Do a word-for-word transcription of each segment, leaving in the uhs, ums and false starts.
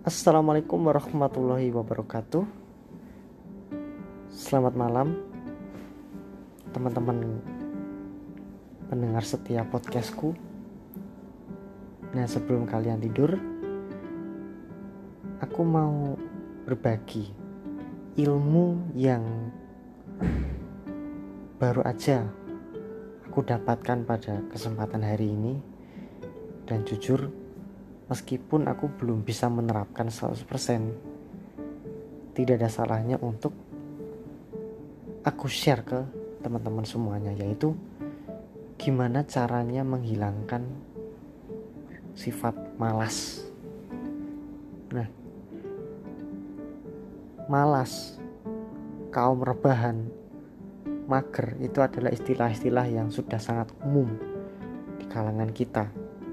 Assalamualaikum warahmatullahi wabarakatuh. Selamat malam teman-teman pendengar setia podcastku. Nah, sebelum kalian tidur, aku mau berbagi ilmu yang baru aja aku dapatkan pada kesempatan hari ini. Dan jujur, meskipun aku belum bisa menerapkan seratus persen, tidak ada salahnya untuk aku share ke teman-teman semuanya, yaitu gimana caranya menghilangkan sifat malas. Nah, malas, kaum rebahan, mager itu adalah istilah-istilah yang sudah sangat umum di kalangan kita.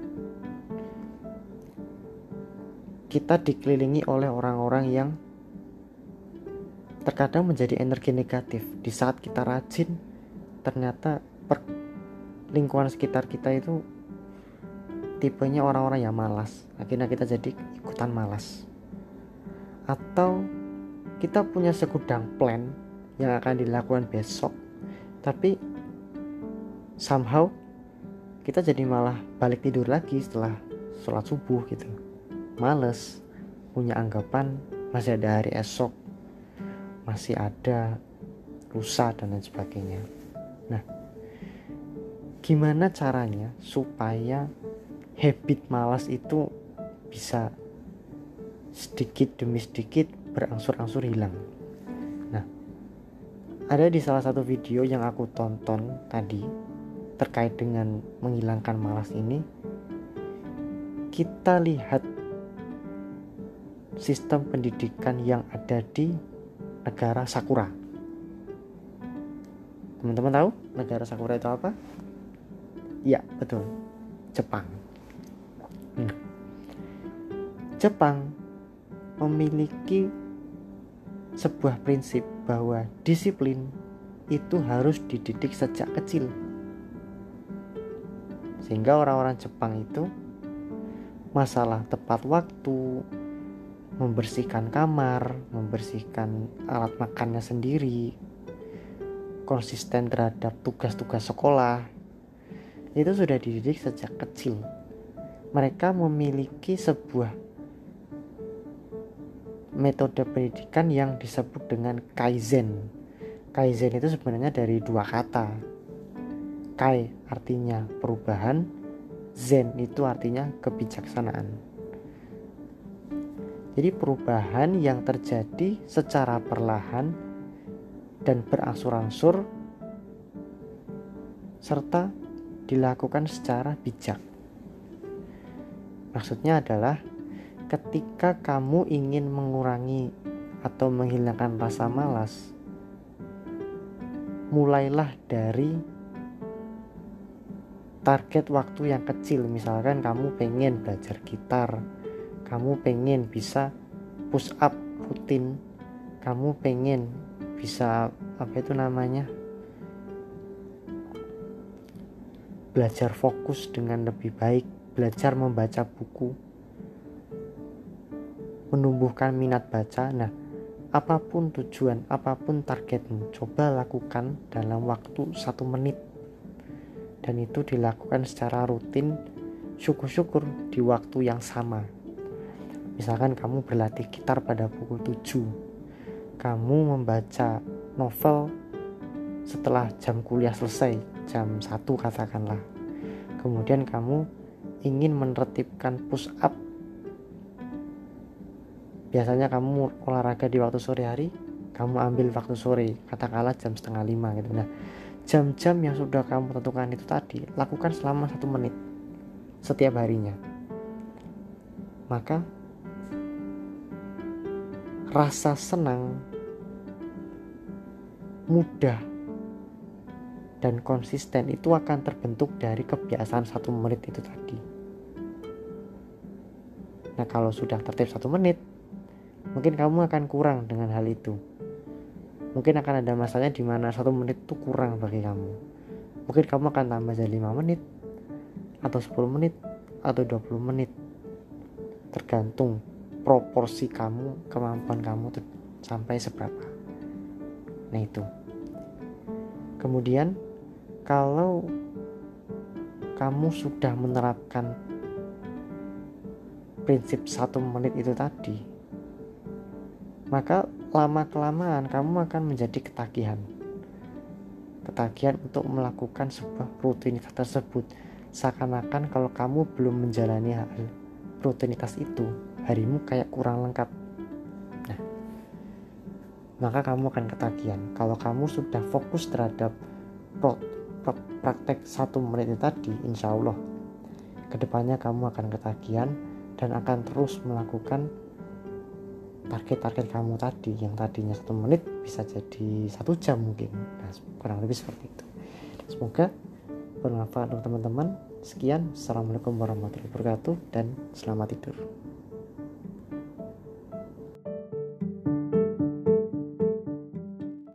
Kita dikelilingi oleh orang-orang yang terkadang menjadi energi negatif. Di saat kita rajin, ternyata per lingkungan sekitar kita itu tipenya orang-orang yang malas. Akhirnya kita jadi ikutan malas. Atau kita punya segudang plan yang akan dilakukan besok, tapi somehow kita jadi malah balik tidur lagi setelah sholat subuh gitu. Males, punya anggapan masih ada hari esok, masih ada lusa dan lain sebagainya. Nah, gimana caranya supaya habit malas itu bisa sedikit demi sedikit berangsur-angsur hilang? Nah, ada di salah satu video yang aku tonton tadi terkait dengan menghilangkan malas ini. Kita lihat sistem pendidikan yang ada di negara Sakura. Teman-teman tahu negara Sakura itu apa? Ya, betul. Jepang. Hmm. Jepang memiliki sebuah prinsip bahwa disiplin itu harus dididik sejak kecil. Sehingga orang-orang Jepang itu masalah tepat waktu, membersihkan kamar, membersihkan alat makannya sendiri, konsisten terhadap tugas-tugas sekolah, itu sudah dididik sejak kecil. Mereka memiliki sebuah metode pendidikan yang disebut dengan Kaizen. Kaizen itu sebenarnya dari dua kata. Kai artinya perubahan, Zen itu artinya kebijaksanaan. Jadi perubahan yang terjadi secara perlahan dan berangsur-angsur serta dilakukan secara bijak. Maksudnya adalah ketika kamu ingin mengurangi atau menghilangkan rasa malas, mulailah dari target waktu yang kecil. Misalkan kamu pengen belajar gitar, kamu pengen bisa push up rutin, kamu pengen bisa apa itu namanya belajar fokus dengan lebih baik, belajar membaca buku, menumbuhkan minat baca. Nah, apapun tujuan, apapun targetmu, coba lakukan dalam waktu satu menit, dan itu dilakukan secara rutin. Syukur-syukur di waktu yang sama. Misalkan kamu berlatih gitar pada pukul tujuh, kamu membaca novel setelah jam kuliah selesai, jam satu katakanlah. Kemudian kamu ingin menertibkan push up. Biasanya kamu olahraga di waktu sore hari, kamu ambil waktu sore, katakanlah jam setengah lima gitu. Nah, jam-jam yang sudah kamu tentukan itu tadi, lakukan selama satu menit setiap harinya. Maka rasa senang, mudah, dan konsisten itu akan terbentuk dari kebiasaan satu menit itu tadi. Nah, kalau sudah tertib satu menit, mungkin kamu akan kurang dengan hal itu. Mungkin akan ada masanya di mana satu menit itu kurang bagi kamu. Mungkin kamu akan tambah jadi lima menit, atau sepuluh menit, atau dua puluh menit. Tergantung proporsi kamu, kemampuan kamu tuh sampai seberapa. Nah itu. Kemudian kalau kamu sudah menerapkan prinsip satu menit itu tadi, maka lama kelamaan kamu akan menjadi ketagihan ketagihan untuk melakukan sebuah rutinitas tersebut. Seakan-akan kalau kamu belum menjalani hal rutinitas itu, harimu kayak kurang lengkap. Nah, maka kamu akan ketagihan. Kalau kamu sudah fokus terhadap pro, pro, praktek satu menit itu tadi, insya Allah kedepannya kamu akan ketagihan dan akan terus melakukan target-target kamu tadi, yang tadinya satu menit bisa jadi satu jam mungkin. Nah, kurang lebih seperti itu. Semoga bermanfaat untuk teman-teman. Sekian, assalamualaikum warahmatullahi wabarakatuh dan selamat tidur.